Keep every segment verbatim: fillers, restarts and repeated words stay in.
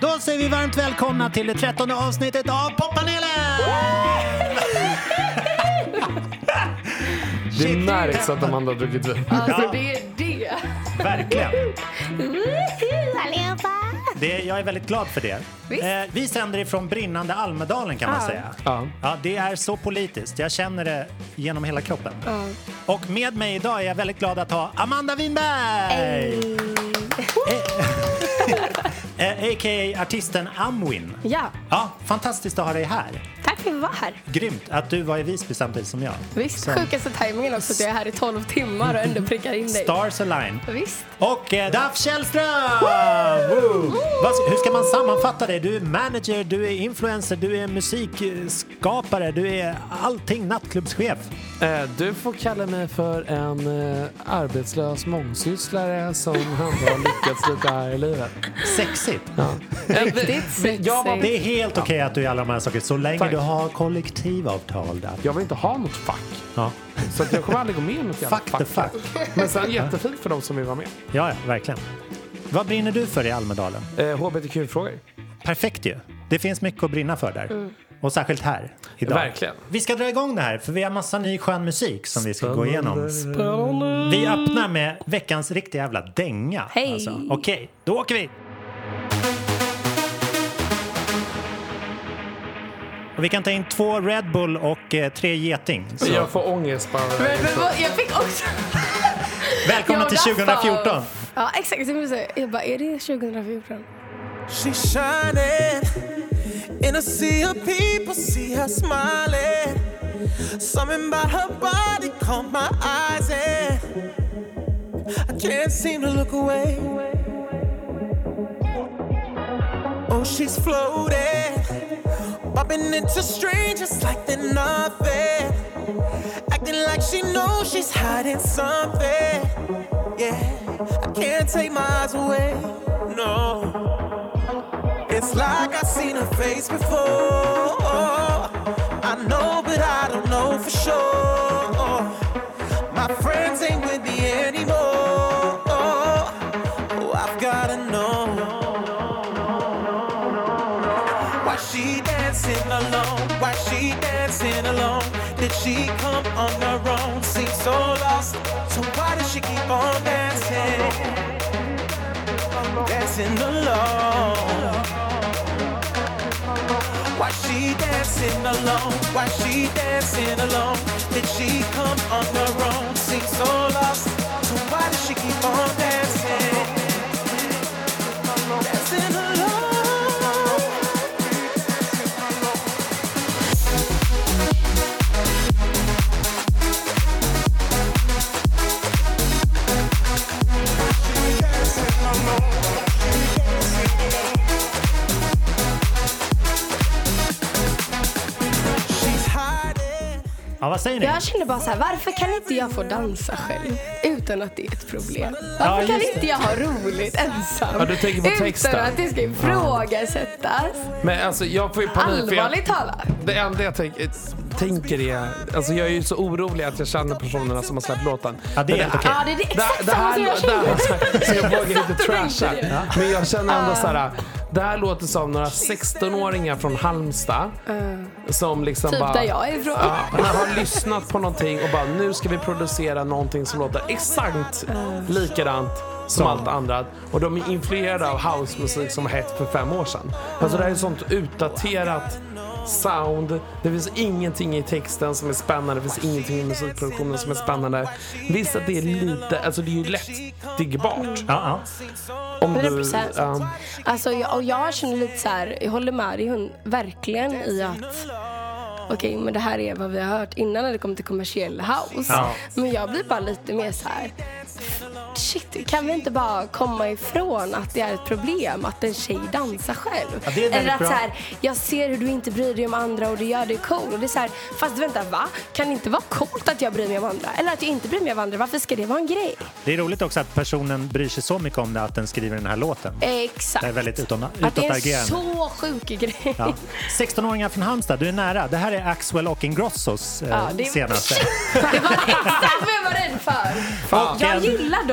Då säger vi varmt välkomna till det trettonde avsnittet av Poppanelen! Det märks att de andra har druckit vin. Alltså det är det. Verkligen. Det, jag är väldigt glad för det. Eh, vi sänder ifrån brinnande Almedalen kan man Ja. säga. Ja. Ja, det är så politiskt. Jag känner det genom hela kroppen. Ja. Och med mig idag är jag väldigt glad att ha Amanda Winberg. Eh, A K A artisten Amwin. Ja, Ja, fantastiskt att ha dig här. tack för att vara här. Grymt att du var i Visby samtidigt som jag. Visst, Som sjukaste tajmingen också att jag är här i tolv timmar och ändå prickar in dig. Stars Align. Visst. Och eh, Daff Källström! Woo! Vad, hur ska man sammanfatta dig? Du är manager, du är influencer, du är musikskapare, du är allting, nattklubbschef. Eh, Du får kalla mig för en eh, arbetslös mångsysslare som ändå har lyckats lite här i livet. Sexigt. Ja. Riktigt sexigt. Jag, var, Det är helt okej att du är alla de här saker så länge Tack. du har kollektivavtal där. jag vill inte ha något fack. Ja. Så att jag kommer aldrig gå med i något jävla Fuck the fuck. Men sen jättefint för de som vill vara med. Ja, ja, verkligen. Vad brinner du för i Almedalen? Eh, H B T Q-frågor. Perfekt ju. Det finns mycket att brinna för där. Mm. Och särskilt här idag. Verkligen. Vi ska dra igång det här för vi har massa ny skön musik som vi ska gå igenom. Vi öppnar med veckans riktiga jävla dänga. Hej. Alltså. Okej, då åker vi. Och vi kan ta in två Red Bull och eh, tre geting. Så. Jag får ångest bara. Men, men, vad- jag fick också... Välkomna till Jag var tjugohundrafjorton. Ja, exakt. Jag vill säga- Jag bara, är det tjugohundrafjorton? She's shining in a sea of people, see her smiling. Something about her body caught my eyes and I can't seem to look away. Oh, she's floating, bumping into strangers like they're nothing, acting like she knows she's hiding something. Yeah, I can't take my eyes away, no. It's like I've seen her face before. I know, but I don't know for sure. My friends ain't with me anymore. Oh, I've gotta know. Why she dancing alone? Why she dancing alone? Did she come on her own? Seems so lost. So why does she keep on dancing? Dancing alone. Why she dancing alone? Why she dancing alone? Did she come on her own? Seems so lost. So why does she keep on dancing? Dancing alone. Ja, vad säger ni? Jag känner bara så här, varför kan inte jag få dansa själv utan att det är ett problem? Ja, Varför kan just inte jag ha roligt ensam? Ja, du tänker på texten. Utan att det ska ifrågasättas. Men alltså jag får ju panik för jag, Allvarligt talat. det enda jag tänker, tänker är, alltså jag är ju så orolig att jag känner personerna som har släppt låten. Ja, det är Men helt okej. Ja, det är det exakt det samma här, som jag det känner. här, så jag vågar inte trasha. tänker det. Men jag känner ändå så här, det här låter som några sexton-åringar från Halmstad som liksom Typ bara, där jag är ifrån. ja, man har lyssnat på någonting och bara, nu ska vi producera någonting som låter exakt likadant som allt andra. Och de är influerade av housemusik som hett för fem år sedan. Alltså det här är sånt utdaterat sound. Det finns ingenting i texten som är spännande. Det finns ingenting i musikproduktionen som är spännande. Visst att det är lite, alltså det är ju lätt diggbart. Ja, ja. Om hundra du, procent. ja. Alltså, jag, och jag känner lite så här, jag håller med dig hon, verkligen i att okej, men det här är vad vi har hört innan när det kommer till kommersiell house. Ja. Men jag blir bara lite mer så här, shit, kan vi inte bara komma ifrån att det är ett problem att en tjej dansar själv? Ja, det är väldigt eller att bra. så här, jag ser hur du inte bryr dig om andra och du gör det cool. Och det är så här, fast vänta, va? Kan det inte vara coolt att jag bryr mig om andra? Eller att jag inte bryr mig om andra? Varför ska det vara en grej? Det är roligt också att personen bryr sig så mycket om det att den skriver den här låten. Exakt. Det är väldigt utom, Att det är en utåtagerande. så sjuk grej. Ja. sexton-åringar från Halmstad, du är nära. Det här är Axwell och Ingrossos eh, Ja, det- senaste. Det var exakt vad jag var rädd för. Fan. Jag gillar dem.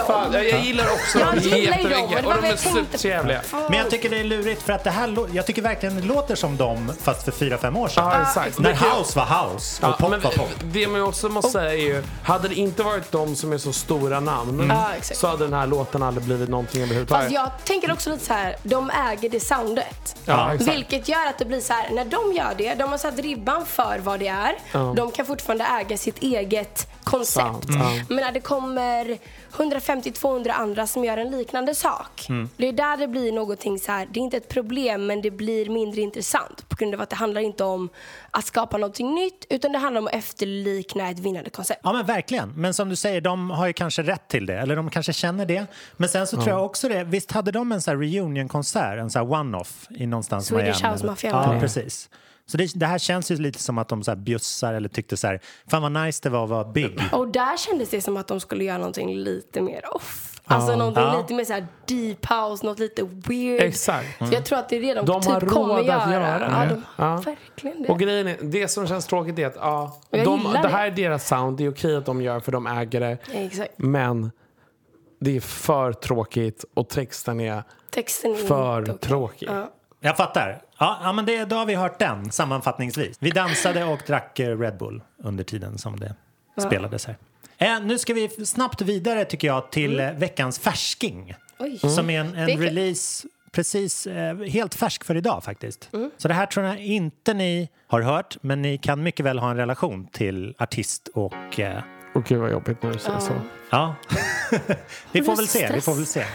fan, jag, jag gillar också Jag dem gillar ju dem, jättemycket. det var Och de vad är jag tänkte. supertrevliga. Men jag tycker det är lurigt för att det här, lå- jag tycker verkligen det låter som dem fast för fyra, fem år sedan. Ja, exakt. När Det kan- house var house och Ja, pop men var pop. det man också måste säga är ju, hade det inte varit de som är så stora namn Ja, exakt. så hade den här låten aldrig blivit någonting överhuvudtaget. Fast jag tänker också lite så här, de äger det soundet. Ja, exakt. Vilket gör att det blir så här, när de gör det, de har satt ribban för vad det är. Ja. De kan fortfarande äga sitt eget koncept. Sant, ja. Men när det kommer hundrafemtio till tvåhundra andra som gör en liknande sak. Det är där det blir någonting så här, det är inte ett problem men det blir mindre intressant. På grund av att det handlar inte om att skapa någonting nytt utan det handlar om att efterlikna ett vinnande koncept. Ja men verkligen, men som du säger, de har ju kanske rätt till det, eller de kanske känner det. Men sen så tror jag också det, visst hade de en sån här reunion-konsert, en sån här one-off i någonstans Swedish Miami, House eller- Mafia, Ja, eller? precis. Så det, det här känns ju lite som att de så här bjussar eller tyckte så här, fan vad nice det var att vara big. Och där kändes det som att de skulle göra någonting lite mer off. Alltså någonting Ja. lite mer så här deep house, något lite weird. Exakt. Så jag tror att det är det de, De har typ kommer råd att göra. göra Ja, det. de, Ja. verkligen det. Och grejen är, det som känns tråkigt är att ja, jag de, gillar det det. här är deras sound, det är okej att de gör för de äger det. Exakt. Men det är för tråkigt och texten är Texten är för inte okej. tråkig. Ja. Jag fattar. Ja, ja men det, då har vi hört den sammanfattningsvis. Vi dansade och drack eh, Red Bull under tiden som det spelades här. Eh, nu ska vi snabbt vidare tycker jag till eh, veckans färsking. Oj. Som är en, Det är en kul. release precis eh, helt färsk för idag faktiskt. Mm. Så det här tror jag inte ni har hört, men ni kan mycket väl ha en relation till artist och eh, Och gud vad jobbigt när du säger så. ja. vi får blir väl se, vi får väl se.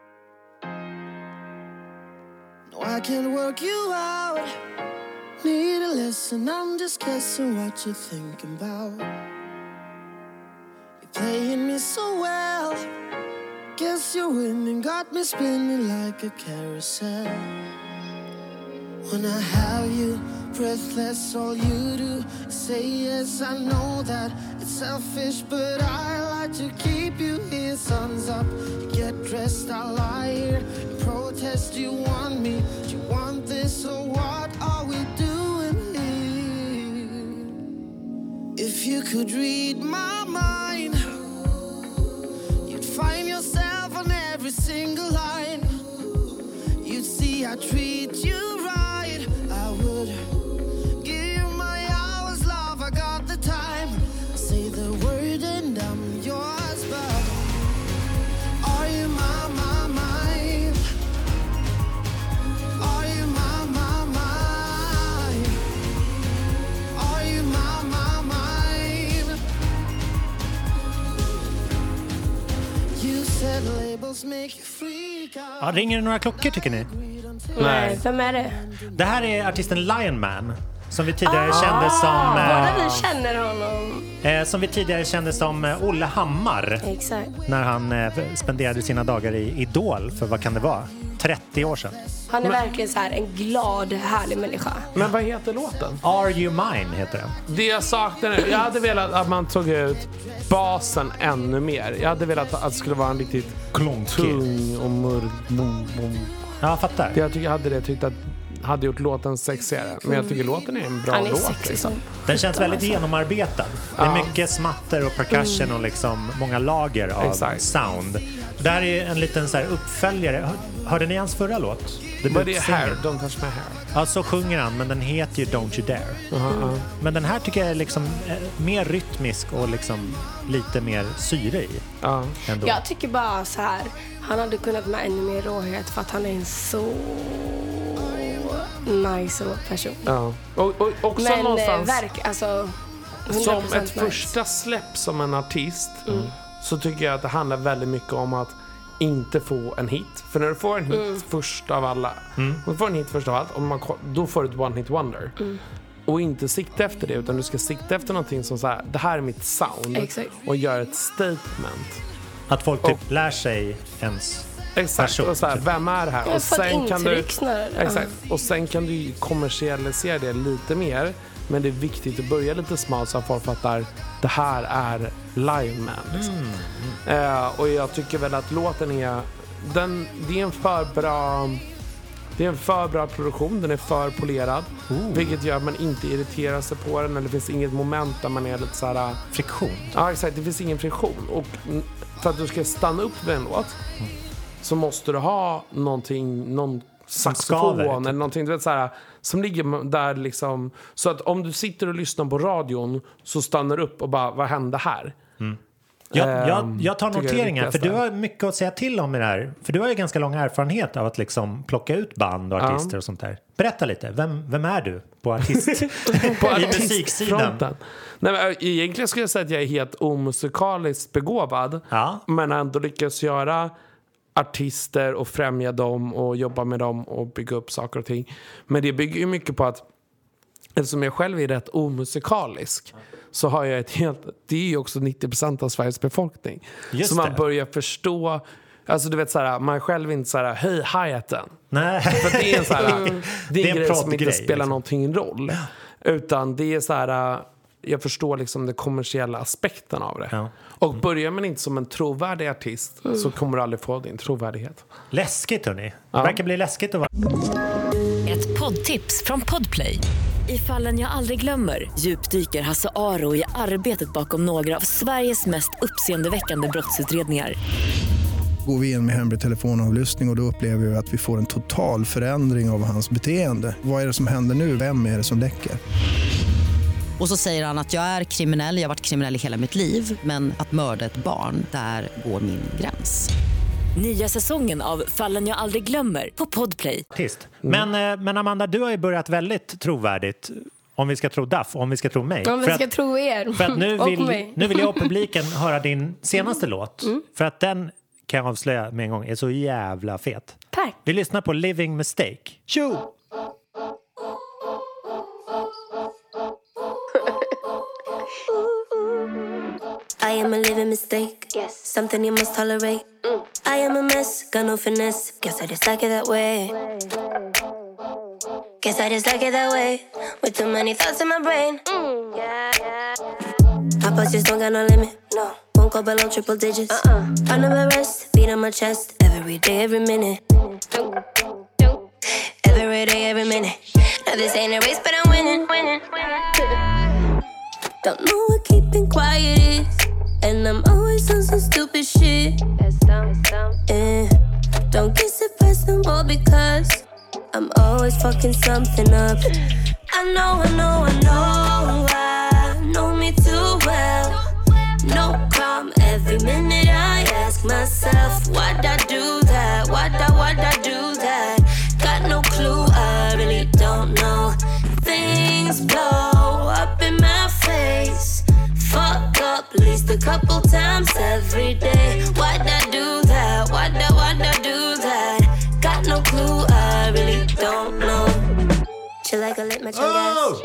No, I can't work you out. Need a lesson, I'm just guessing what you're thinking about. You're playing me so well. Guess you're winning, got me spinning like a carousel. When I have you, breathless, all you do is say yes. I know that it's selfish, but I like to keep you here. Sun's up, you get dressed, I lie here and protest. You want me, you want this, so what are we doing here? If you could read my mind, you'd find yourself on every single line. You'd see I treat you right. I would give you my hours, love. I got the time. Say the word and I'm yours, but are you my, my, mine? Are you my, my, mine? Are you my, my, mine? You said labels make you freak out. Ja, ringer det några klockor tycker ni? Nej, vem är det? Det här är artisten Lion Man som vi tidigare kände som Båda eh, vi känner honom. eh, som vi tidigare kände som eh, Olle Hammar Exakt. när han eh, spenderade sina dagar i Idol för vad kan det vara? trettio år sedan. Han är verkligen så här en glad, härlig människa. Men vad heter låten? Are You Mine heter den. Det jag saknar nu, jag hade velat att man tog ut basen ännu mer. Jag hade velat att det skulle vara en riktigt Klonkig. tung och mörk. Bom, bom. Ja, jag fattar. Jag tycker, jag hade det tyckt att hade gjort låten sexigare. Men jag tycker låten är en bra Han är låt. sexig Liksom. som... Den känns väldigt genomarbetad. Det är mycket smatter och percussion och liksom många lager av Exakt. sound. Det här är en liten så här uppföljare. Hör- Hörde ni hans förra låt? Vad det är Debutsingeln. här? Don't touch my hair. Ja, så sjunger han, men den heter ju Don't You Dare. Uh-huh. Men den här tycker jag är liksom eh, mer rytmisk och liksom lite mer syre i. Ja. Ändå. Jag tycker bara så här, han hade kunnat med ännu mer råhet för att han är en så nice person. Ja. Och, och också Men eh, någonstans verk, alltså hundra som procent ett nice. första släpp som en artist så tycker jag att det handlar väldigt mycket om att inte få en hit. För när du får en hit Mm. först av alla, om du får en hit först av allt, om man, då får du ett one hit wonder. Mm. Och inte sikta efter det, utan du ska sikta efter någonting som så här, det här är mitt sound. Exakt. Och göra ett statement. Att folk typ lär sig ens... Exakt, Person, och så här, typ. vem är det här? Jag Och får ett sen kan du, intryck snarare. exakt, och sen kan du ju kommersialisera det lite mer. Men det är viktigt att börja lite smalt så att folk fattar det här är Lion Man. Liksom. Eh, och jag tycker väl att låten är den, det är en för bra Det är en för bra produktion, den är för polerad. Oh. Vilket gör att man inte irriterar sig på den. Eller det finns inget moment där man är lite så här... Friktion. Ja, exakt. Det finns ingen friktion. Och för att du ska stanna upp med en låt mm. så måste du ha någonting, någon saxofon eller någonting, du vet, så här, som ligger där liksom. Så att om du sitter och lyssnar på radion så stannar du upp och bara, vad hände här? Mm. Jag, jag, jag tar noteringar, jag för du har mycket att säga till om det här. För du har ju ganska lång erfarenhet av att liksom plocka ut band och artister ja. och sånt där. Berätta lite, vem, vem är du på artist? på I musiksidan? Nej, men egentligen skulle jag säga att jag är helt omusikaliskt begåvad. Ja. Men ändå lyckas göra artister och främja dem och jobba med dem och bygga upp saker och ting. Men det bygger ju mycket på att eftersom jag själv är rätt omusikalisk så har jag ett helt, det är ju också nittio procent av Sveriges befolkning. Just så man det. börjar förstå, alltså du vet såhär, man själv inte såhär, höj hi-haten. Nej. För det är en såhär, mm. det är en, det är en grej som inte grej, spelar liksom. någonting roll. Utan det är såhär, jag förstår liksom den kommersiella aspekten av det. Ja. Och börjar man inte som en trovärdig artist mm. så kommer du aldrig få din trovärdighet. Läskigt hörni. Ja. Det verkar bli läskigt att vara. Ett poddtips från Podplay. I Fallen jag aldrig glömmer djupdyker Hasse Aro i arbetet bakom några av Sveriges mest uppseendeväckande brottsutredningar. Går vi in med hemlig telefonavlyssning och då upplever vi att vi får en total förändring av hans beteende. Vad är det som händer nu? Vem är det som läcker? Och så säger han att jag är kriminell, jag har varit kriminell i hela mitt liv. Men att mörda ett barn, där går min gräns. Nya säsongen av Fallen jag aldrig glömmer på Podplay. Tyst. Men, mm. men Amanda, du har ju börjat väldigt trovärdigt. Om vi ska tro Duff, om vi ska tro mig. Om vi för ska att, tro er. För att nu, vill, nu vill jag och publiken höra din senaste låt. Mm. För att den, kan jag avslöja med en gång, är så jävla fet. Tack. Vi lyssnar på Living Mistake. Tjo! I am a living mistake, yes. Something you must tolerate. Mm. I am a mess, got no finesse. Guess I just like it that way. Guess I just like it that way. With too many thoughts in my brain. Mm. Yeah, yeah. My pulse just don't got no limit. No, won't go below triple digits. Uh-uh. I never rest, beat on my chest. Every day, every minute. Don't, don't. Every day, every minute. Now this ain't a race, but I'm winning, winning, winning. Don't know what keeping quiet is. And I'm always on some stupid shit. Yeah. Don't get surprised no more because I'm always fucking something up. I know, I know, I know. I know me too well. No calm every minute I ask myself, why'd I do that? Why'd I, why'd I do that? Got no clue, I really don't know. Things blow up in my face. Fuck up at least a couple times every day. Why'd I do that? Why'd I, why'd I do that? Got no clue, I really don't know. Chill like a lit match oh!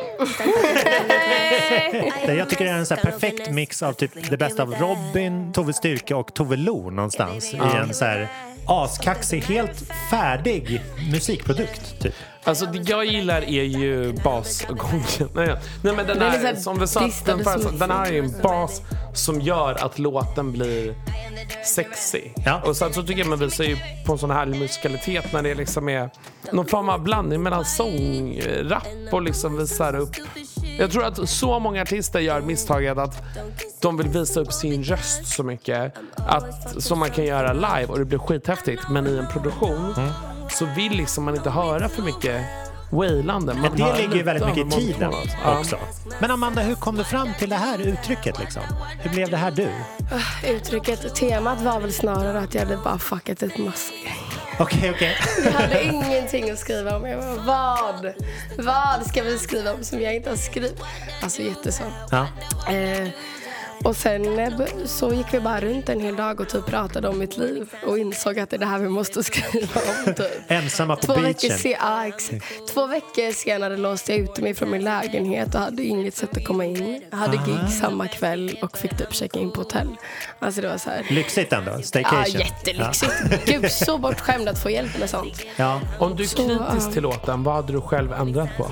Jag tycker det är en så här perfekt mix av typ det bästa av Robin, Tove Styrke och Tove Lo någonstans. I en så här askaxig, helt färdig musikprodukt typ. Alltså det jag gillar är ju basgången. Nej, nej men den är, som vi sa, den, för, den är ju en bas som gör att låten blir sexy. Ja. Och sen så tycker jag man visar ju på en sån här musikalitet när det liksom är någon form av blandning mellan sång, rap och liksom visar upp. Jag tror att så många artister gör misstaget att de vill visa upp sin röst så mycket att, som man kan göra live och det blir skithäftigt, men i en produktion mm. så vill liksom man inte höra för mycket wailande. Men det ligger ju väldigt mycket i tiden också. Ja. Men Amanda, hur kom du fram till det här uttrycket liksom? Hur blev det här du? Uh, uttrycket, temat var väl snarare att jag hade bara fuckat ett massa grejer. Okej, okay, okej. Okay. Jag hade ingenting att skriva om. Jag bara, vad? Vad ska vi skriva om som jag inte har skrivit? Alltså jättesvårt. Ja. Eh, och sen så gick vi bara runt en hel dag och typ pratade om mitt liv och insåg att det är det här vi måste skriva om typ. Ensamma på Två beachen. Veckor se- ja, exakt. Två veckor senare låste jag ut mig från min lägenhet och hade inget sätt att komma in. Jag hade Aha. gig samma kväll och fick typ checka in på hotell. Alltså det var så här. Lyxigt ändå, staycation. Ja, jättelyxigt. Ja. Gud, så bortskämd att få hjälp med sånt. Ja. Om du är kritisk så, till låten, vad hade du själv ändrat på?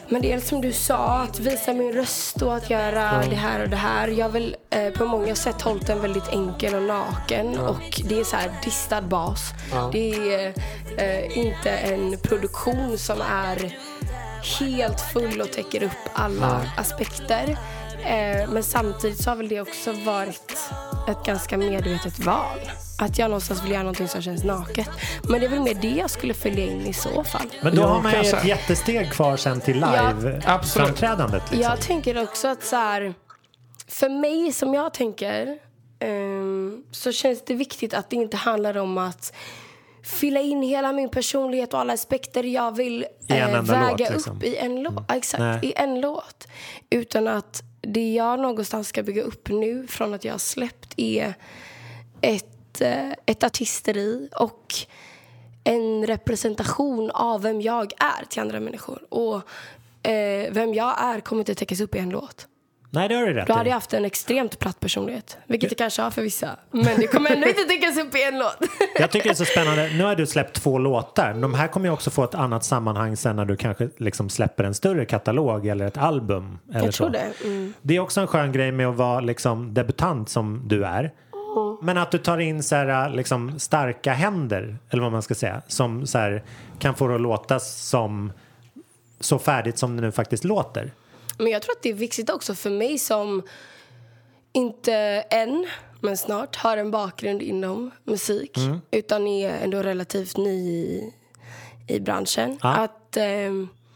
Men det är som du sa, att visa min röst och att göra mm. det här och det här. Jag vill eh, på många sätt hållit den väldigt enkel och naken. Ja. Och det är så här distad bas. Ja. Det är eh, inte en produktion som är helt full och täcker upp alla ja. aspekter. Eh, men samtidigt så har väl det också varit ett ganska medvetet val. Att jag någonstans vill göra någonting som känns naket. Men det är väl mer det jag skulle följa in i så fall. Men då har man ju ett jättesteg kvar sen till live-framträdandet. Ja, liksom. Jag tänker också att så här, för mig som jag tänker um, så känns det viktigt att det inte handlar om att fylla in hela min personlighet och alla aspekter jag vill eh, väga låt, liksom. upp i en låt. Mm. Exakt, i en låt. Utan att det jag någonstans ska bygga upp nu från att jag har släppt är ett ett artisteri och en representation av vem jag är till andra människor. Och eh, vem jag är kommer inte täckas upp i en låt. Nej, det har du rätt. Då hade jag haft en extremt platt personlighet. Vilket det kanske har för vissa. Men det kommer ändå inte täckas upp i en låt. Jag tycker det är så spännande. Nu har du släppt två låtar. De här kommer ju också få ett annat sammanhang sen när du kanske liksom släpper en större katalog eller ett album. Eller jag tror så. det. Mm. Det är också en skön grej med att vara liksom debutant som du är. Men att du tar in så här, liksom, starka händer, eller vad man ska säga, som så här, kan få det att låta som så färdigt som det nu faktiskt låter. Men jag tror att det är viktigt också för mig som inte än, men snart har en bakgrund inom musik, mm. utan är ändå relativt ny i, i branschen. Ja. Att eh,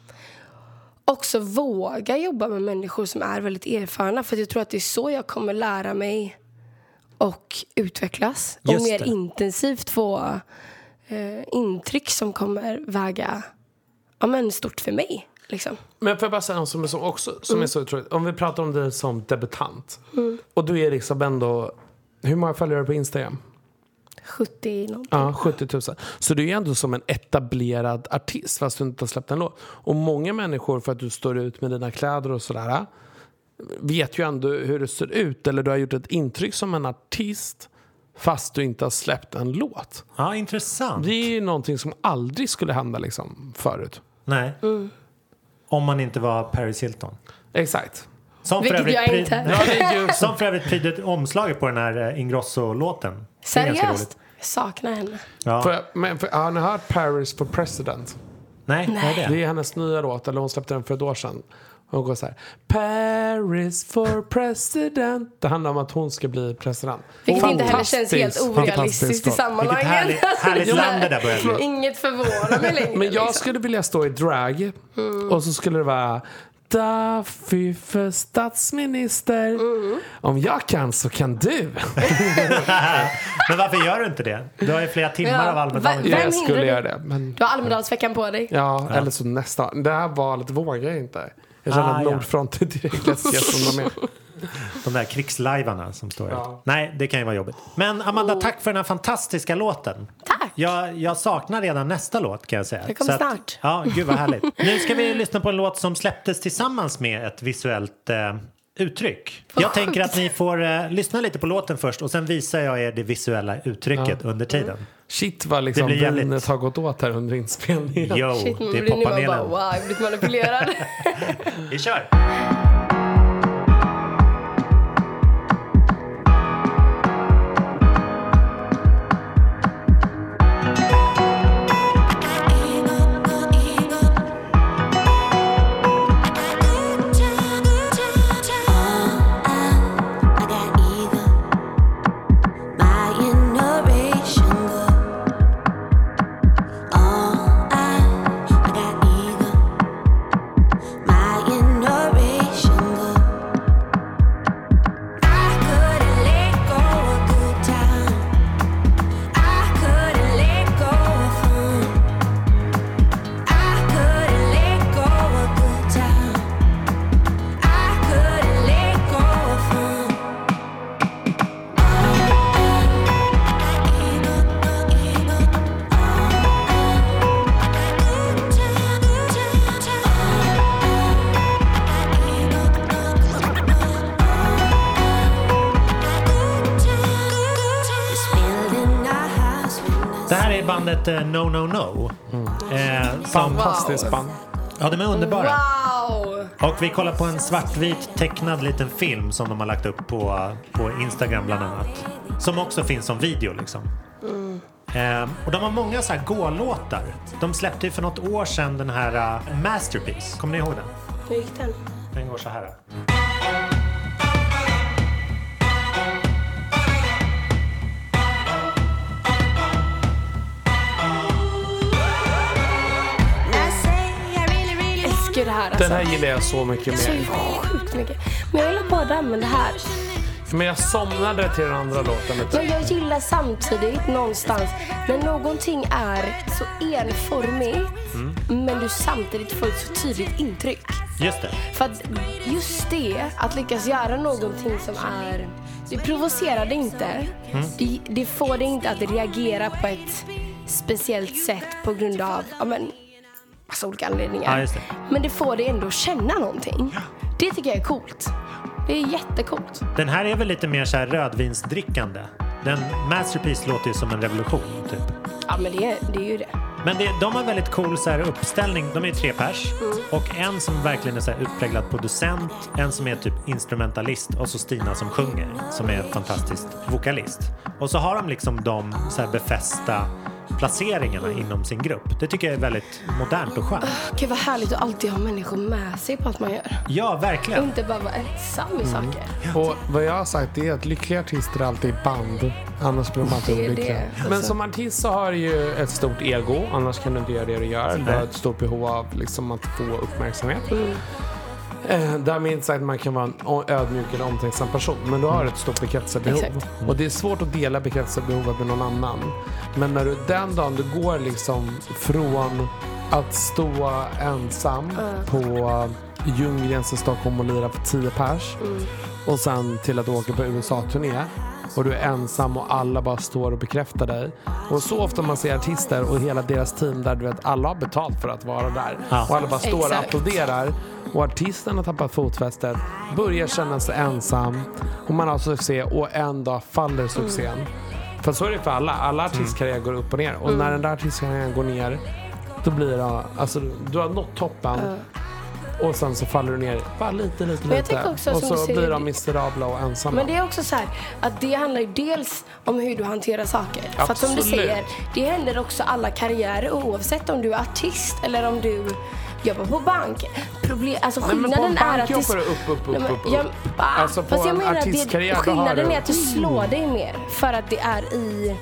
också våga jobba med människor som är väldigt erfarna, för jag tror att det är så jag kommer lära mig och utvecklas. Just och mer det. intensivt få eh, intryck som kommer väga ja, men stort för mig. Liksom. Men får jag bara säga något som är, så, också, som mm. är så otroligt. Om vi pratar om det som debutant. Mm. Och du är liksom ändå... Hur många följare på Instagram? sjuttio någonting. Ja, sjuttio tusen. Så du är ändå som en etablerad artist fast du inte har släppt en låt. Och många människor, för att du står ut med dina kläder och sådär, vet ju ändå hur det ser ut. Eller du har gjort ett intryck som en artist fast du inte har släppt en låt. Ja, intressant. Det är ju någonting som aldrig skulle hända liksom förut. Nej. Mm. Om man inte var Paris Hilton. Exakt. Som Vilket för övrigt, jag inte. Ja, det är ju, som för övrigt prydde omslaget på den här Ingrosso-låten. Seriöst? Jag saknar henne. Ja. För, men för, har ni hört Paris for President? Nej, Nej. Det? det är hennes nya låt. Eller hon släppte den för ett år sedan. Hon går så här: Paris for President. Det handlar om att hon ska bli president. Vilket inte heller känns helt orealistiskt i sammanhanget. Vilket härligt, härligt land det där börjar bli. Inget förvånar mig längre. Men jag liksom. skulle vilja stå i drag. Mm. Och så skulle det vara: Daffy för statsminister. Mm. Om jag kan så kan du. Men varför gör du inte det? Du har ju flera timmar ja. av Almedalen. Ja, jag skulle göra det. Men... Du har Almedalsveckan på dig. Ja, ja, eller så nästa. Det här valet vågar jag inte. Jag känner ah, att Nordfront är direkt läskiga som de är. De där krigslajvarna som står ja. här. Nej, det kan ju vara jobbigt. Men Amanda, tack för den här fantastiska låten. Tack. Jag, jag saknar redan nästa låt, kan jag säga. Det kommer att, snart. Ja, gud vad härligt. Nu ska vi lyssna på en låt som släpptes tillsammans med ett visuellt eh, uttryck. Jag oh, tänker att ni får eh, lyssna lite på låten först och sen visar jag er det visuella uttrycket ja. under tiden. Mm. Shit vad liksom vinet har gått åt här under inspelningen. Jo, Shit, det är poppanelen. Bara, wow, jag har blivit manipulerad. Vi kör! No No No. Mm. Eh, Fantastiskt band. Ja, de är underbara. Wow! Wow! Och vi kollar på en svartvit tecknad liten film som de har lagt upp på, på Instagram bland annat. Som också finns som video liksom. Mm. Eh, och de har många så här gå-låtar. De släppte ju för något år sedan den här uh, Masterpiece. Kommer ni ihåg den? Hur gick den? Den går så här. Det här, alltså. Den här gillar jag så mycket mer. Så sjukt mycket. Men jag gillar båda, men det här. Men jag somnade till den andra låten lite. Men jag gillar samtidigt någonstans när någonting är så enformigt mm. men du samtidigt får ett så tydligt intryck. Just det. För att just det, att lyckas göra någonting som är... Det provocerar det inte. Mm. Det, det får det inte att reagera på ett speciellt sätt på grund av... Ja, men, massa olika anledningar. Ja, just det. Men det får det ändå känna någonting. Det tycker jag är coolt. Det är jättecoolt. Den här är väl lite mer så här rödvinsdrickande. Den Masterpiece låter ju som en revolution typ. Ja, men det är, det är ju det. Men det, de har väldigt cool så här uppställning. De är tre pers. Mm. Och en som verkligen är så här utpräglad producent. En som är typ instrumentalist. Och så Stina som sjunger. Som är en fantastisk vokalist. Och så har de liksom de så här befästa placeringarna mm. inom sin grupp. Det tycker jag är väldigt modernt och skönt. Oh, Gud vad härligt att alltid ha människor med sig på allt man gör. Ja, verkligen. Och inte bara vara ensam i mm. saker. Och vad jag har sagt är att lyckliga artister alltid är band. Annars blir man inte olyckliga. Alltså. Men som artist så har du ju ett stort ego. Annars kan du inte göra det du gör. Du har ett stort behov av liksom, att få uppmärksamhet. Mm. Eh, därmed inte sagt att man kan vara en ödmjuk eller omtänksam person. Men du har ett stort bekräftelsebehov. Exakt. Och det är svårt att dela bekräftelsebehovet med någon annan. Men när du den dagen du går liksom från att stå ensam mm. på Ljunggrens i Stockholm och lira för tio pers mm. och sen till att åka på U S A-turné och du är ensam och alla bara står och bekräftar dig. Och så ofta man ser artister och hela deras team där du vet alla har betalt för att vara där. Ja. Och alla bara står och applåderar. Och artisten har tappat fotfästet, börjar känna sig ensam och man har succé och en dag faller succén. Mm. För så är det för alla. Alla artistkarriärer går upp och ner. Och mm. när den där artistkarriären går ner, då blir det, alltså du har nått toppen. Mm. Och sen så faller du ner bara lite, lite, lite. Och så säger, blir de miserabla och ensamma. Men det är också så här att det handlar ju dels om hur du hanterar saker. Absolut. För att som du säger, det händer också alla karriärer oavsett om du är artist eller om du jobbar på bank. Problem, alltså skillnaden är att jobbar du upp, upp, upp, upp, upp. Jag, alltså på en artistkarriär skillnaden är att du slår dig mer för att det är i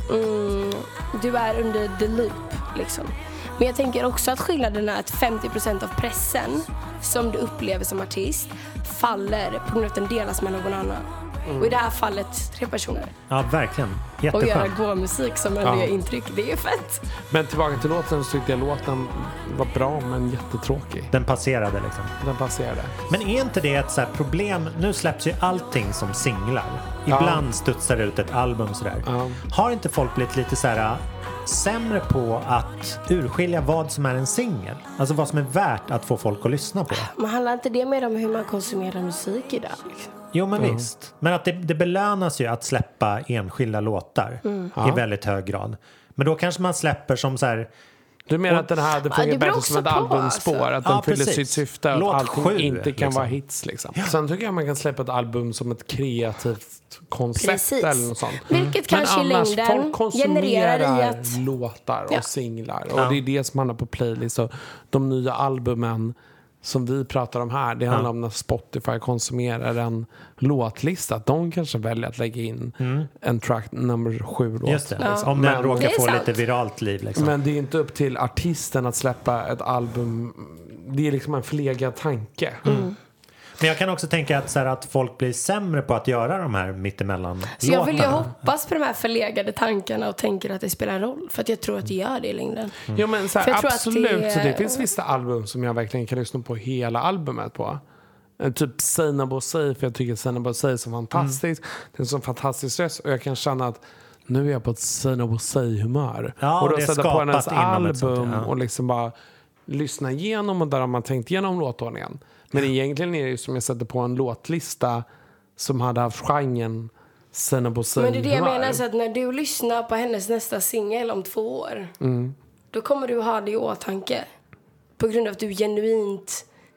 mm, du är under the loop liksom. Men jag tänker också att skillnaden är att femtio procent av pressen som du upplever som artist faller på grund av att den delas med någon annan. Mm. Och i det här fallet tre personer. Ja, verkligen. Jätteskönt. Och göra gå-musik som en ja. intryck, det är fett. Men tillbaka till låten så tyckte jag låten var bra men jättetråkig. Den passerade liksom. Den passerade. Men är inte det ett så här problem? Nu släpps ju allting som singlar. Ibland ja. studsar det ut ett album sådär. Ja. Har inte folk blivit lite så här sämre på att urskilja vad som är en singel? Alltså vad som är värt att få folk att lyssna på? Man handlar inte det mer om hur man konsumerar musik idag? Jo, men mm. visst. Men att det, det belönas ju att släppa enskilda låtar mm. i ja. väldigt hög grad. Men då kanske man släpper som så här... Du menar och, att den här hade fungerat bättre som ett albumspår? Alltså. Att den ja, fyller sitt syfte och att allting sju, inte kan liksom. vara hits liksom. Ja. Sen tycker jag man kan släppa ett album som ett kreativt koncept Precis. eller något sånt. Vilket mm. kanske i längden genererar i att... låtar och ja. singlar. Ja. Och det är det som handlar på playlist. Och de nya albumen som vi pratar om här, det handlar ja. om när Spotify konsumerar en låtlista. Att de kanske väljer att lägga in mm. en track nummer sju låt. Just det, ja. om den råkar få sant. lite viralt liv. Liksom. Men det är inte upp till artisten att släppa ett album. Det är liksom en förlegad tanke. Mm. Men jag kan också tänka att, så här, att folk blir sämre på att göra de här mittemellan låtarna. Så jag vill ju hoppas på de här förlegade tankarna och tänker att det spelar roll. För att jag tror att det gör det i längden. Mm. Jo men så här, absolut. Det... Så det finns vissa album som jag verkligen kan lyssna på hela albumet på. Typ Seinabo Say, för jag tycker Seinabo Say är så fantastisk. Mm. Det är en så fantastisk röst och jag kan känna att nu är jag på ett Seinabo Say-humör. Ja, och då sätter på hennes album sånt, ja. och liksom bara lyssna igenom och där har man tänkt igenom låtordningen. Men egentligen är det ju som jag sätter på en låtlista som hade haft genren Seinabo Say. Men det är det jag menar, så att när du lyssnar på hennes nästa singel om två år mm. då kommer du ha det i åtanke. På grund av att du genuint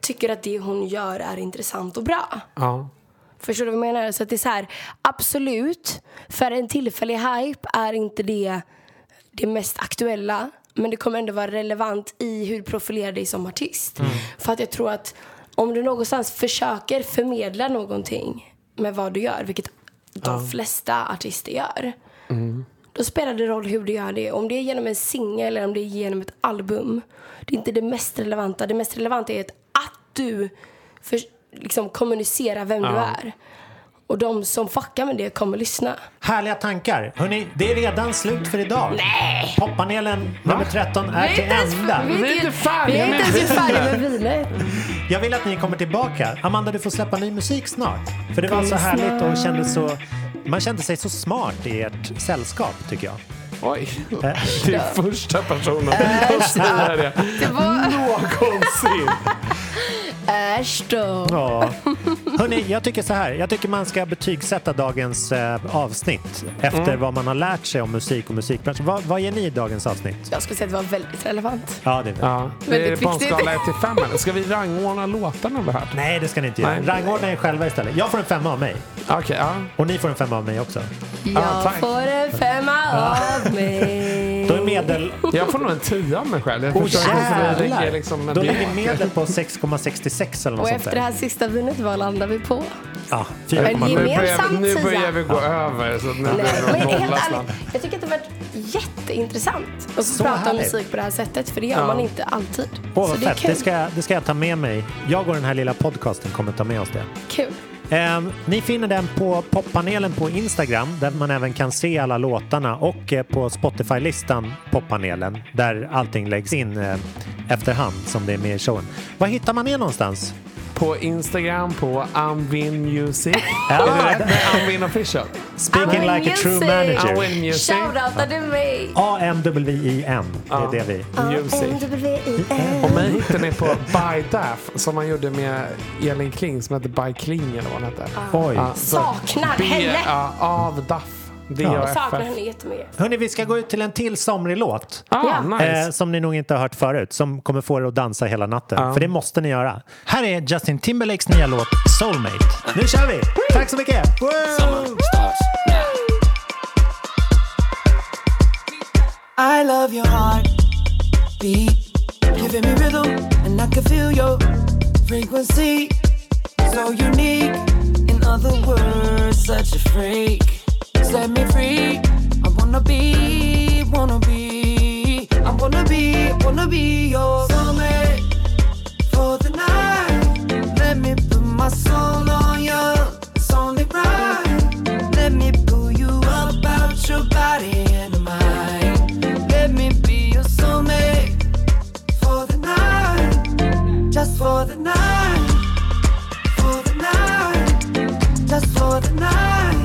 tycker att det hon gör är intressant och bra. Ja. Förstår du vad jag menar? Så att det är så här, absolut, för en tillfällig hype är inte det det mest aktuella, men det kommer ändå vara relevant i hur du profilerar dig som artist. Mm. För att jag tror att om du någonstans försöker förmedla någonting med vad du gör, vilket de ja. flesta artister gör, mm. då spelar det roll hur du gör det. Om det är genom en singel eller om det är genom ett album, det är inte det mest relevanta. Det mest relevanta är att, att du för, liksom kommunicerar vem ja. du är. Och de som fuckar med det kommer lyssna. Härliga tankar. Hörrni, det är redan slut för idag. Nej! Poppanelen nummer tretton är till ända. Vi är inte färdiga med vinet. med vinet. Jag vill att ni kommer tillbaka. Amanda, du får släppa ny musik snart. För det var så härligt och kändes så... Man kände sig så smart i ert sällskap, tycker jag. Oj, det är första personen att säga det. Det var... Någonsin. Äsch då. Ja. Hörrni, jag tycker så här. Jag tycker man ska betygsätta dagens eh, avsnitt efter mm. vad man har lärt sig om musik och musikbransch. Vad, vad ger ni i dagens avsnitt? Jag skulle säga att det var väldigt relevant. Ja, det är det. Ja, det är på en skala ett till fem. Ska vi rangordna låtarna vi hört? Nej, det ska ni inte göra. Rangordna er själva istället. Jag får en femma av mig. Okej, okay, ja. Och ni får en femma av mig också. Jag ah, får en femma ja. av mig. Då är medel... Jag får nog en tia av mig själv. Jag oh, ligger liksom Då ligger medel på sex komma sextiosex eller något och sånt efter där. det här sista vinet, vad landar vi på? Ja, fyra komma sju. Nu börjar, nu börjar vi gå ja. över. Så nu Nej, men helt ärligt, jag tycker att det har varit jätteintressant att så prata om musik på det här sättet. För det gör ja. man inte alltid. Åh, vad fett. Det ska, det ska jag ta med mig. Jag och den här lilla podcasten kommer ta med oss det. Kul. Eh, ni finner den på poppanelen på Instagram, där man även kan se alla låtarna, och eh, på Spotify-listan poppanelen, där allting läggs in eh, efterhand som det är med i showen. Vad hittar man er någonstans? På Instagram på Amvin Music. Ja. Är det rätt med Amvin Official? Speaking Amvin like Music. a true manager. Amvin Music. Shoutout till mig. A M W I N. Ja. Det är det vi. Music. A M W I N. Och mig hittar ni på By Daff, som man gjorde med Elin Kling, som heter By Kling eller vad hon heter. Oj. Ja, saknar B, henne. Ja, av Daff. Det ja. Jag saknar henne jättemycket. Hörrni, vi ska gå ut till en till somrig låt. Ah, ja. nice. eh, som ni nog inte har hört förut. Som kommer få er att dansa hela natten. Ah. För det måste ni göra. Här är Justin Timberlakes nya låt Soulmate. Nu kör vi! Tack så mycket! Wow. I love your heartbeat, giving me rhythm, and I can feel your frequency. So unique, in other words, such a freak. Set me free, I wanna be, wanna be, I wanna be, wanna be your soulmate for the night. Let me put my soul on you, it's only right. Let me pull you up out your body and mind. Let me be your soulmate for the night, just for the night, for the night, just for the night.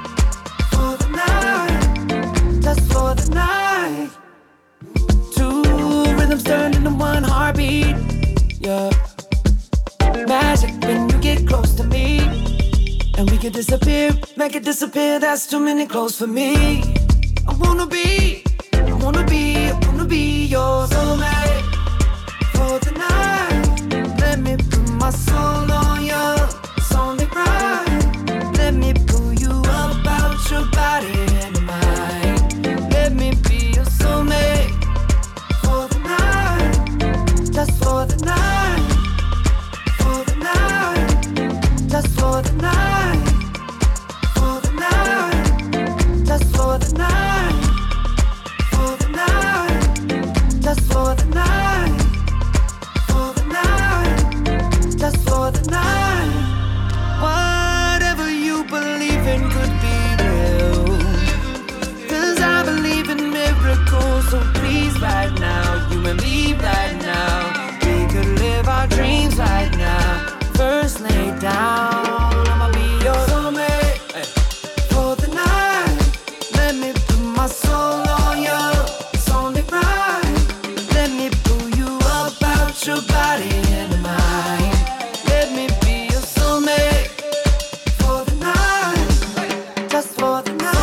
Just for the night. Two rhythms turned into one heartbeat. Yeah. Magic when you get close to me. And we could disappear, make it disappear. That's too many clothes for me. I wanna be, I wanna be, I wanna be your soulmate for the night. Let me put my soul on you, it's only right. Let me pull you up out your body. Let me be your soulmate for the night, just for the night, for the night, just for the night, for the night, just for the night, for the night, just for the night, for the night, just for the night. Whatever you believe in could be real. I believe in miracles, so please right now, you and me right now, we could live our dreams right now. First lay down, I'ma be your soulmate for the night. Let me put my soul on you, it's only right. Let me pull you up out your body and mind. Let me be your soulmate for the night, just for the night.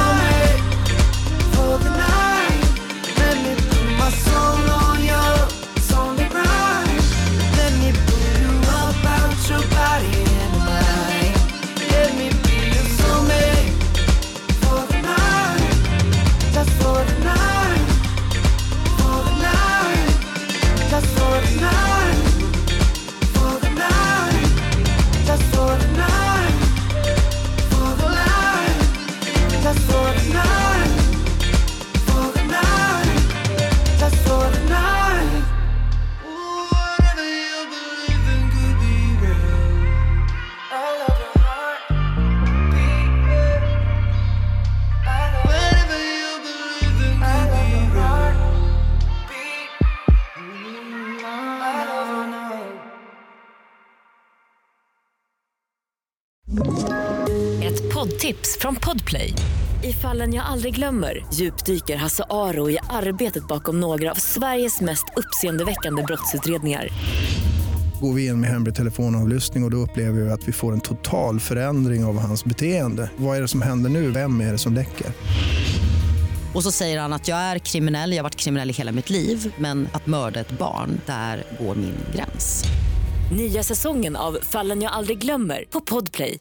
Soul on you, it's only right. Let me pull you up poddtips från Podplay. I Fallen jag aldrig glömmer djupdyker Hasse Aro i arbetet bakom några av Sveriges mest uppseendeväckande brottsutredningar. Går vi in med hemlig telefonavlyssning och, och då upplever vi att vi får en total förändring av hans beteende. Vad är det som händer nu? Vem är det som läcker? Och så säger han att jag är kriminell, jag har varit kriminell i hela mitt liv. Men att mörda ett barn, där går min gräns. Nya säsongen av Fallen jag aldrig glömmer på Podplay.